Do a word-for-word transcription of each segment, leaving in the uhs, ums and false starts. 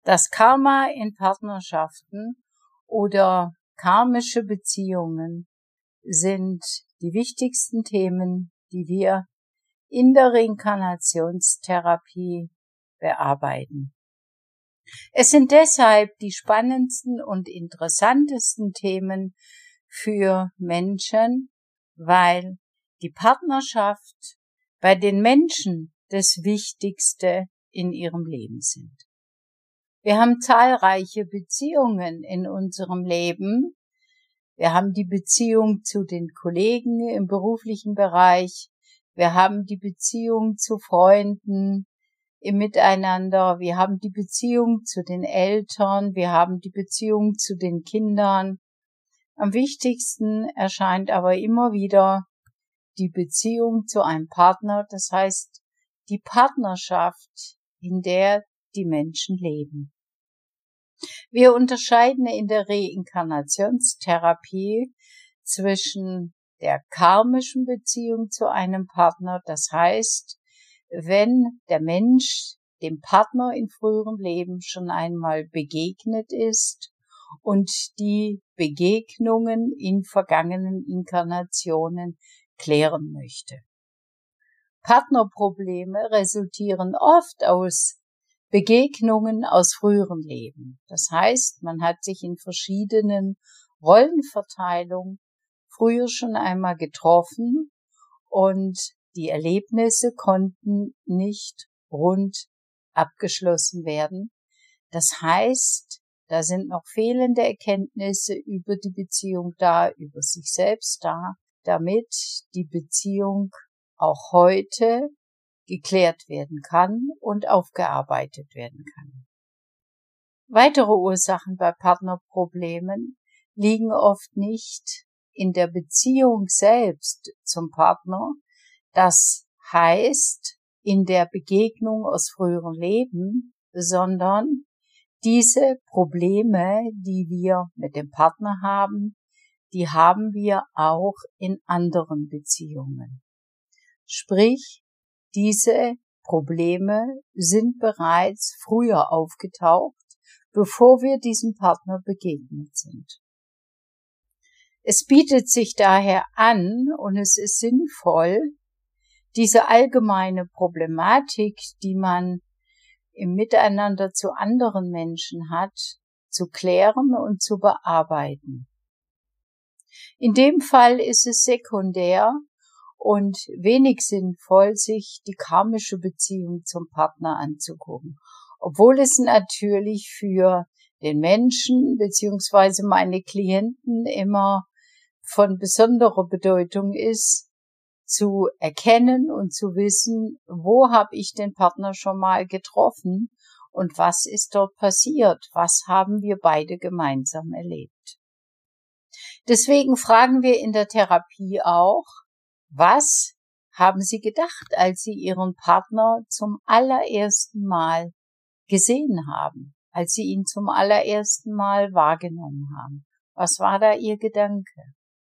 Das Karma in Partnerschaften oder karmische Beziehungen sind die wichtigsten Themen, die wir in der Reinkarnationstherapie bearbeiten. Es sind deshalb die spannendsten und interessantesten Themen für Menschen, weil die Partnerschaft bei den Menschen das Wichtigste in ihrem Leben sind. Wir haben zahlreiche Beziehungen in unserem Leben. Wir haben die Beziehung zu den Kollegen im beruflichen Bereich. Wir haben die Beziehung zu Freunden im Miteinander. Wir haben die Beziehung zu den Eltern. Wir haben die Beziehung zu den Kindern. Am wichtigsten erscheint aber immer wieder die Beziehung zu einem Partner, das heißt die Partnerschaft, in der die Menschen leben. Wir unterscheiden in der Reinkarnationstherapie zwischen der karmischen Beziehung zu einem Partner, das heißt, wenn der Mensch dem Partner in früherem Leben schon einmal begegnet ist und die Begegnungen in vergangenen Inkarnationen klären möchte. Partnerprobleme resultieren oft aus Begegnungen aus früheren Leben. Das heißt, man hat sich in verschiedenen Rollenverteilungen früher schon einmal getroffen und die Erlebnisse konnten nicht rund abgeschlossen werden. Das heißt, da sind noch fehlende Erkenntnisse über die Beziehung da, über sich selbst da, damit die Beziehung auch heute geklärt werden kann und aufgearbeitet werden kann. Weitere Ursachen bei Partnerproblemen liegen oft nicht in der Beziehung selbst zum Partner, das heißt in der Begegnung aus früheren Leben, sondern diese Probleme, die wir mit dem Partner haben, die haben wir auch in anderen Beziehungen. Sprich, diese Probleme sind bereits früher aufgetaucht, bevor wir diesem Partner begegnet sind. Es bietet sich daher an und es ist sinnvoll, diese allgemeine Problematik, die man im Miteinander zu anderen Menschen hat, zu klären und zu bearbeiten. In dem Fall ist es sekundär und wenig sinnvoll, sich die karmische Beziehung zum Partner anzugucken. Obwohl es natürlich für den Menschen bzw. meine Klienten immer von besonderer Bedeutung ist, zu erkennen und zu wissen, wo habe ich den Partner schon mal getroffen und was ist dort passiert, was haben wir beide gemeinsam erlebt. Deswegen fragen wir in der Therapie auch, was haben Sie gedacht, als Sie Ihren Partner zum allerersten Mal gesehen haben, als Sie ihn zum allerersten Mal wahrgenommen haben? Was war da Ihr Gedanke?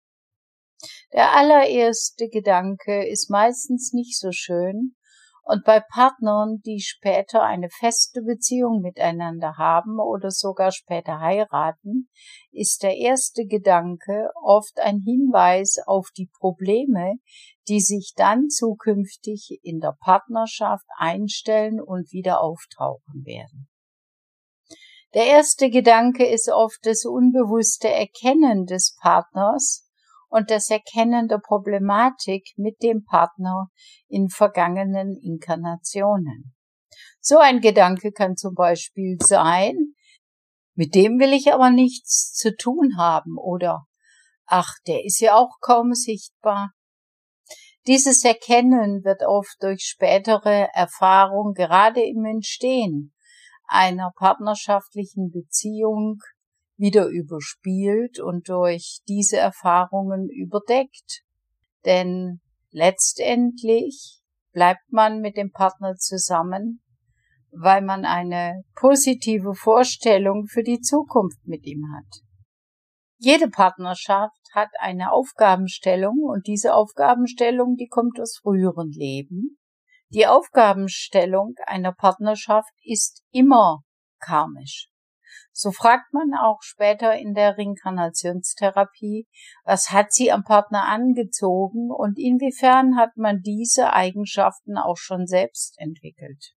Der allererste Gedanke ist meistens nicht so schön und bei Partnern, die später eine feste Beziehung miteinander haben oder sogar später heiraten, ist der erste Gedanke oft ein Hinweis auf die Probleme, die sich dann zukünftig in der Partnerschaft einstellen und wieder auftauchen werden. Der erste Gedanke ist oft das unbewusste Erkennen des Partners und das Erkennen der Problematik mit dem Partner in vergangenen Inkarnationen. So ein Gedanke kann zum Beispiel sein, mit dem will ich aber nichts zu tun haben oder ach, der ist ja auch kaum sichtbar. Dieses Erkennen wird oft durch spätere Erfahrung gerade im Entstehen einer partnerschaftlichen Beziehung wieder überspielt und durch diese Erfahrungen überdeckt. Denn letztendlich bleibt man mit dem Partner zusammen, weil man eine positive Vorstellung für die Zukunft mit ihm hat. Jede Partnerschaft hat eine Aufgabenstellung und diese Aufgabenstellung, die kommt aus früheren Leben. Die Aufgabenstellung einer Partnerschaft ist immer karmisch. So fragt man auch später in der Reinkarnationstherapie, was hat sie am Partner angezogen und inwiefern hat man diese Eigenschaften auch schon selbst entwickelt.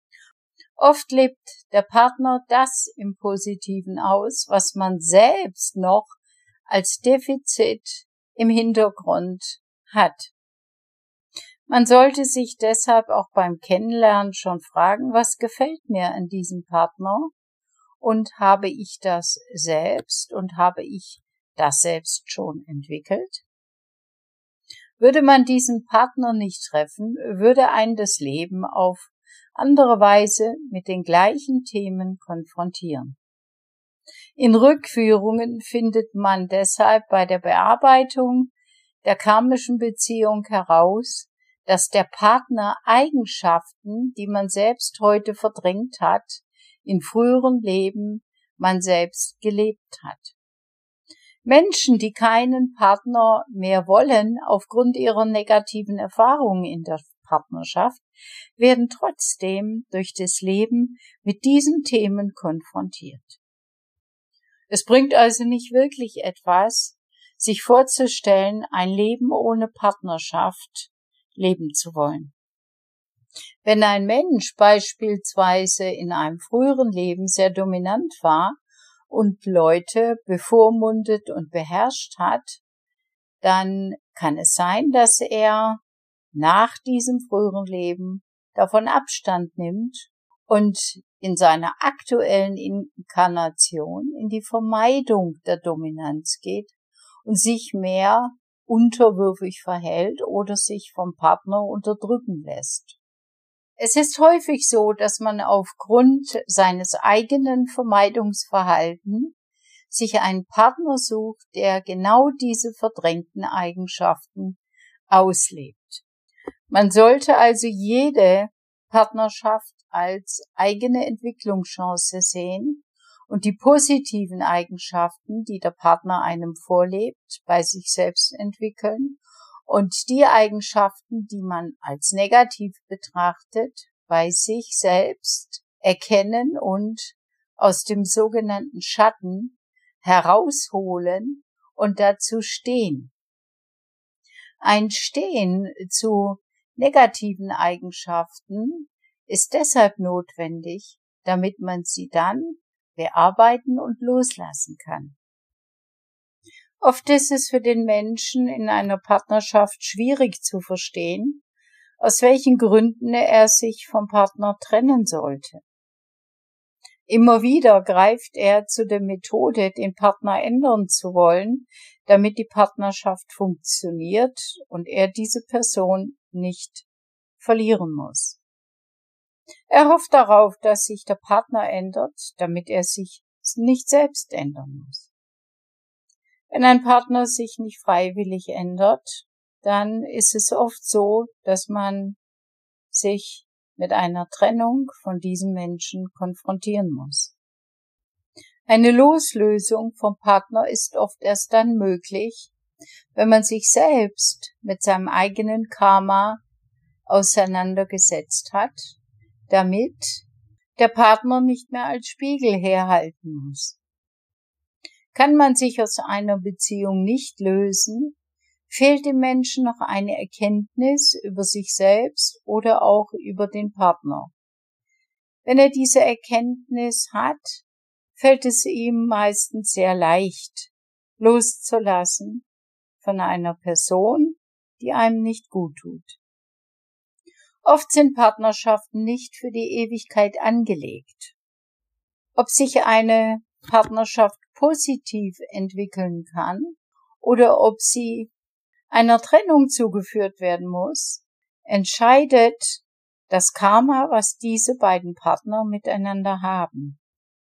Oft lebt der Partner das im Positiven aus, was man selbst noch als Defizit im Hintergrund hat. Man sollte sich deshalb auch beim Kennenlernen schon fragen, was gefällt mir an diesem Partner und habe ich das selbst und habe ich das selbst schon entwickelt? Würde man diesen Partner nicht treffen, würde einen das Leben auf andere Weise mit den gleichen Themen konfrontieren. In Rückführungen findet man deshalb bei der Bearbeitung der karmischen Beziehung heraus, dass der Partner Eigenschaften, die man selbst heute verdrängt hat, in früheren Leben man selbst gelebt hat. Menschen, die keinen Partner mehr wollen, aufgrund ihrer negativen Erfahrungen in der Partnerschaft, werden trotzdem durch das Leben mit diesen Themen konfrontiert. Es bringt also nicht wirklich etwas, sich vorzustellen, ein Leben ohne Partnerschaft leben zu wollen. Wenn ein Mensch beispielsweise in einem früheren Leben sehr dominant war und Leute bevormundet und beherrscht hat, dann kann es sein, dass er nach diesem früheren Leben davon Abstand nimmt und in seiner aktuellen Inkarnation in die Vermeidung der Dominanz geht und sich mehr unterwürfig verhält oder sich vom Partner unterdrücken lässt. Es ist häufig so, dass man aufgrund seines eigenen Vermeidungsverhaltens sich einen Partner sucht, der genau diese verdrängten Eigenschaften auslebt. Man sollte also jede Partnerschaft als eigene Entwicklungschance sehen und die positiven Eigenschaften, die der Partner einem vorlebt, bei sich selbst entwickeln und die Eigenschaften, die man als negativ betrachtet, bei sich selbst erkennen und aus dem sogenannten Schatten herausholen und dazu stehen. Ein Stehen zu negativen Eigenschaften ist deshalb notwendig, damit man sie dann bearbeiten und loslassen kann. Oft ist es für den Menschen in einer Partnerschaft schwierig zu verstehen, aus welchen Gründen er sich vom Partner trennen sollte. Immer wieder greift er zu der Methode, den Partner ändern zu wollen, damit die Partnerschaft funktioniert und er diese Person nicht verlieren muss. Er hofft darauf, dass sich der Partner ändert, damit er sich nicht selbst ändern muss. Wenn ein Partner sich nicht freiwillig ändert, dann ist es oft so, dass man sich mit einer Trennung von diesem Menschen konfrontieren muss. Eine Loslösung vom Partner ist oft erst dann möglich, wenn man sich selbst mit seinem eigenen Karma auseinandergesetzt hat, damit der Partner nicht mehr als Spiegel herhalten muss. Kann man sich aus einer Beziehung nicht lösen, fehlt dem Menschen noch eine Erkenntnis über sich selbst oder auch über den Partner. Wenn er diese Erkenntnis hat, fällt es ihm meistens sehr leicht, loszulassen von einer Person, die einem nicht gut tut. Oft sind Partnerschaften nicht für die Ewigkeit angelegt. Ob sich eine Partnerschaft positiv entwickeln kann oder ob sie einer Trennung zugeführt werden muss, entscheidet das Karma, was diese beiden Partner miteinander haben.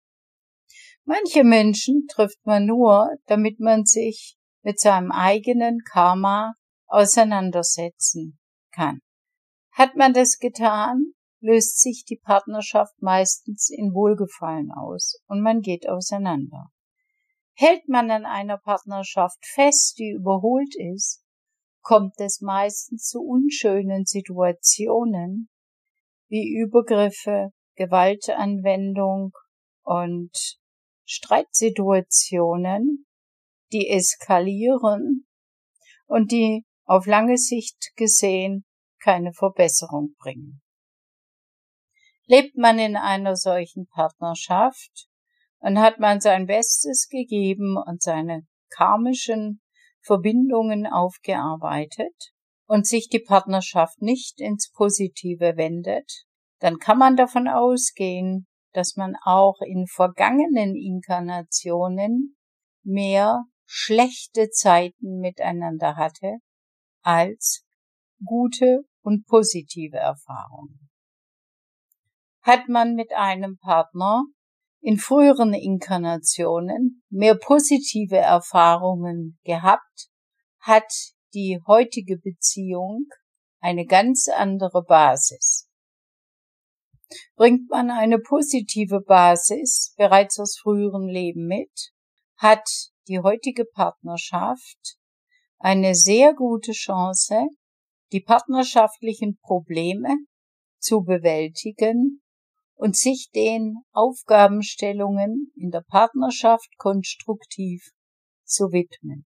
Manche Menschen trifft man nur, damit man sich mit seinem eigenen Karma auseinandersetzen kann. Hat man das getan, löst sich die Partnerschaft meistens in Wohlgefallen aus und man geht auseinander. Hält man an einer Partnerschaft fest, die überholt ist, kommt es meistens zu unschönen Situationen wie Übergriffe, Gewaltanwendung und Streitsituationen, die eskalieren und die auf lange Sicht gesehen keine Verbesserung bringen. Lebt man in einer solchen Partnerschaft und hat man sein Bestes gegeben und seine karmischen Verbindungen aufgearbeitet und sich die Partnerschaft nicht ins Positive wendet, dann kann man davon ausgehen, dass man auch in vergangenen Inkarnationen mehr schlechte Zeiten miteinander hatte als gute und positive Erfahrungen. Hat man mit einem Partner in früheren Inkarnationen mehr positive Erfahrungen gehabt, hat die heutige Beziehung eine ganz andere Basis. Bringt man eine positive Basis bereits aus früheren Leben mit, hat die heutige Partnerschaft eine sehr gute Chance, die partnerschaftlichen Probleme zu bewältigen und sich den Aufgabenstellungen in der Partnerschaft konstruktiv zu widmen.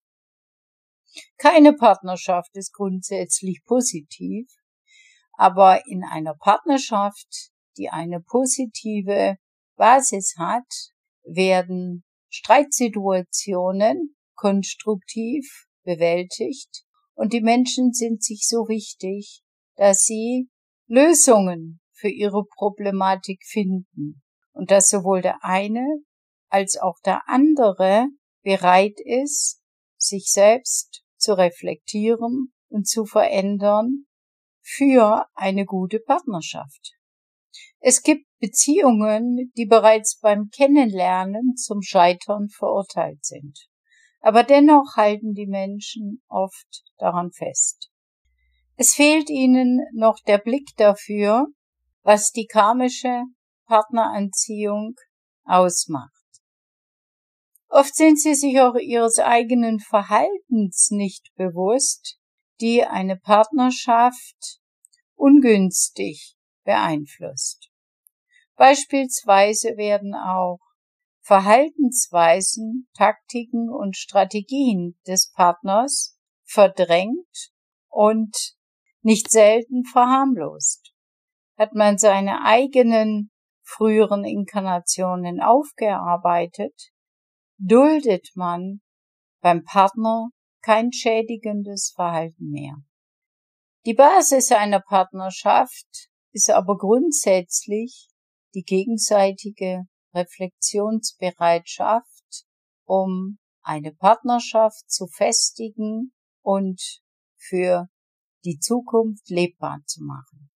Keine Partnerschaft ist grundsätzlich positiv, aber in einer Partnerschaft, die eine positive Basis hat, werden Streitsituationen konstruktiv bewältigt und die Menschen sind sich so wichtig, dass sie Lösungen für ihre Problematik finden und dass sowohl der eine als auch der andere bereit ist, sich selbst zu reflektieren und zu verändern für eine gute Partnerschaft. Es gibt Beziehungen, die bereits beim Kennenlernen zum Scheitern verurteilt sind. Aber dennoch halten die Menschen oft daran fest. Es fehlt ihnen noch der Blick dafür, was die karmische Partneranziehung ausmacht. Oft sind sie sich auch ihres eigenen Verhaltens nicht bewusst, die eine Partnerschaft ungünstig beeinflusst. Beispielsweise werden auch Verhaltensweisen, Taktiken und Strategien des Partners verdrängt und nicht selten verharmlost. Hat man seine eigenen früheren Inkarnationen aufgearbeitet, duldet man beim Partner kein schädigendes Verhalten mehr. Die Basis einer Partnerschaft ist aber grundsätzlich die gegenseitige Reflexionsbereitschaft, um eine Partnerschaft zu festigen und für die Zukunft lebbar zu machen.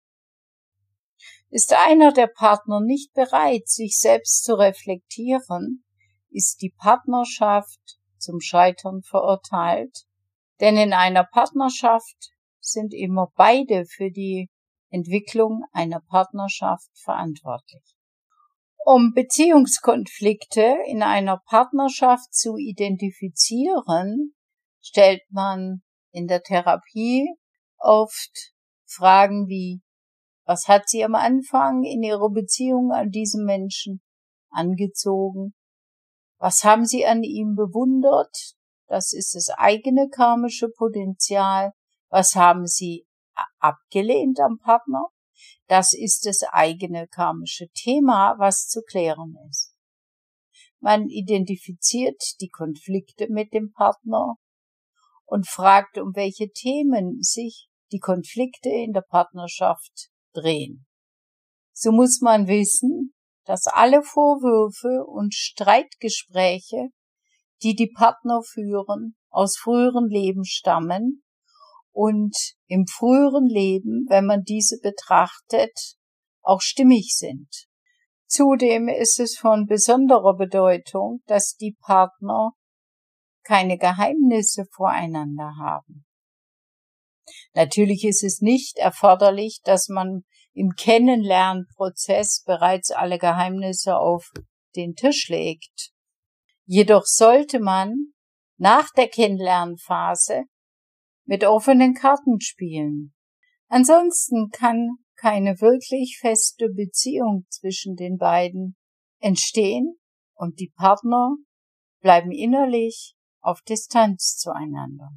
Ist einer der Partner nicht bereit, sich selbst zu reflektieren, ist die Partnerschaft zum Scheitern verurteilt, denn in einer Partnerschaft sind immer beide für die Entwicklung einer Partnerschaft verantwortlich. Um Beziehungskonflikte in einer Partnerschaft zu identifizieren, stellt man in der Therapie oft Fragen wie: Was hat sie am Anfang in ihrer Beziehung an diesem Menschen angezogen? Was haben sie an ihm bewundert? Das ist das eigene karmische Potenzial. Was haben sie abgelehnt am Partner? Das ist das eigene karmische Thema, was zu klären ist. Man identifiziert die Konflikte mit dem Partner und fragt, um welche Themen sich die Konflikte in der Partnerschaft drehen. So muss man wissen, dass alle Vorwürfe und Streitgespräche, die die Partner führen, aus früheren Leben stammen und im früheren Leben, wenn man diese betrachtet, auch stimmig sind. Zudem ist es von besonderer Bedeutung, dass die Partner keine Geheimnisse voreinander haben. Natürlich ist es nicht erforderlich, dass man im Kennenlernprozess bereits alle Geheimnisse auf den Tisch legt. Jedoch sollte man nach der Kennenlernphase mit offenen Karten spielen. Ansonsten kann keine wirklich feste Beziehung zwischen den beiden entstehen und die Partner bleiben innerlich auf Distanz zueinander.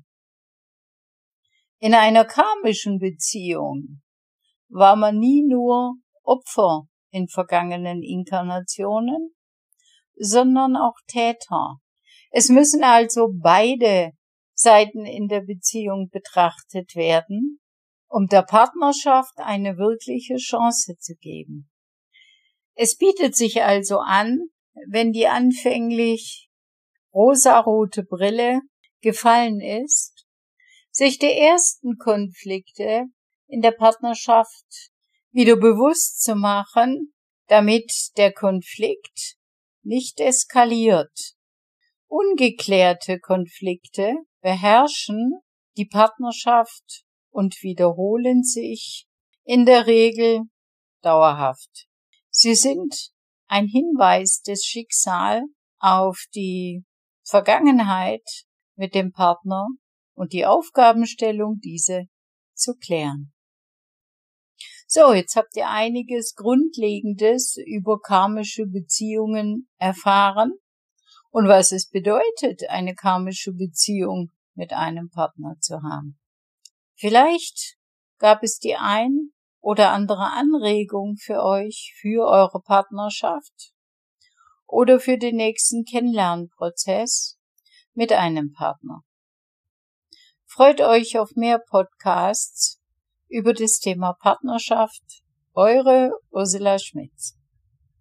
In einer karmischen Beziehung war man nie nur Opfer in vergangenen Inkarnationen, sondern auch Täter. Es müssen also beide Seiten in der Beziehung betrachtet werden, um der Partnerschaft eine wirkliche Chance zu geben. Es bietet sich also an, wenn die anfänglich rosarote Brille gefallen ist, sich der ersten Konflikte in der Partnerschaft wieder bewusst zu machen, damit der Konflikt nicht eskaliert. Ungeklärte Konflikte beherrschen die Partnerschaft und wiederholen sich in der Regel dauerhaft. Sie sind ein Hinweis des Schicksals auf die Vergangenheit mit dem Partner und die Aufgabenstellung, diese zu klären. So, jetzt habt ihr einiges Grundlegendes über karmische Beziehungen erfahren und was es bedeutet, eine karmische Beziehung mit einem Partner zu haben. Vielleicht gab es die ein oder andere Anregung für euch, für eure Partnerschaft oder für den nächsten Kennenlernprozess mit einem Partner. Freut euch auf mehr Podcasts über das Thema Partnerschaft. Eure Ursula Schmitz.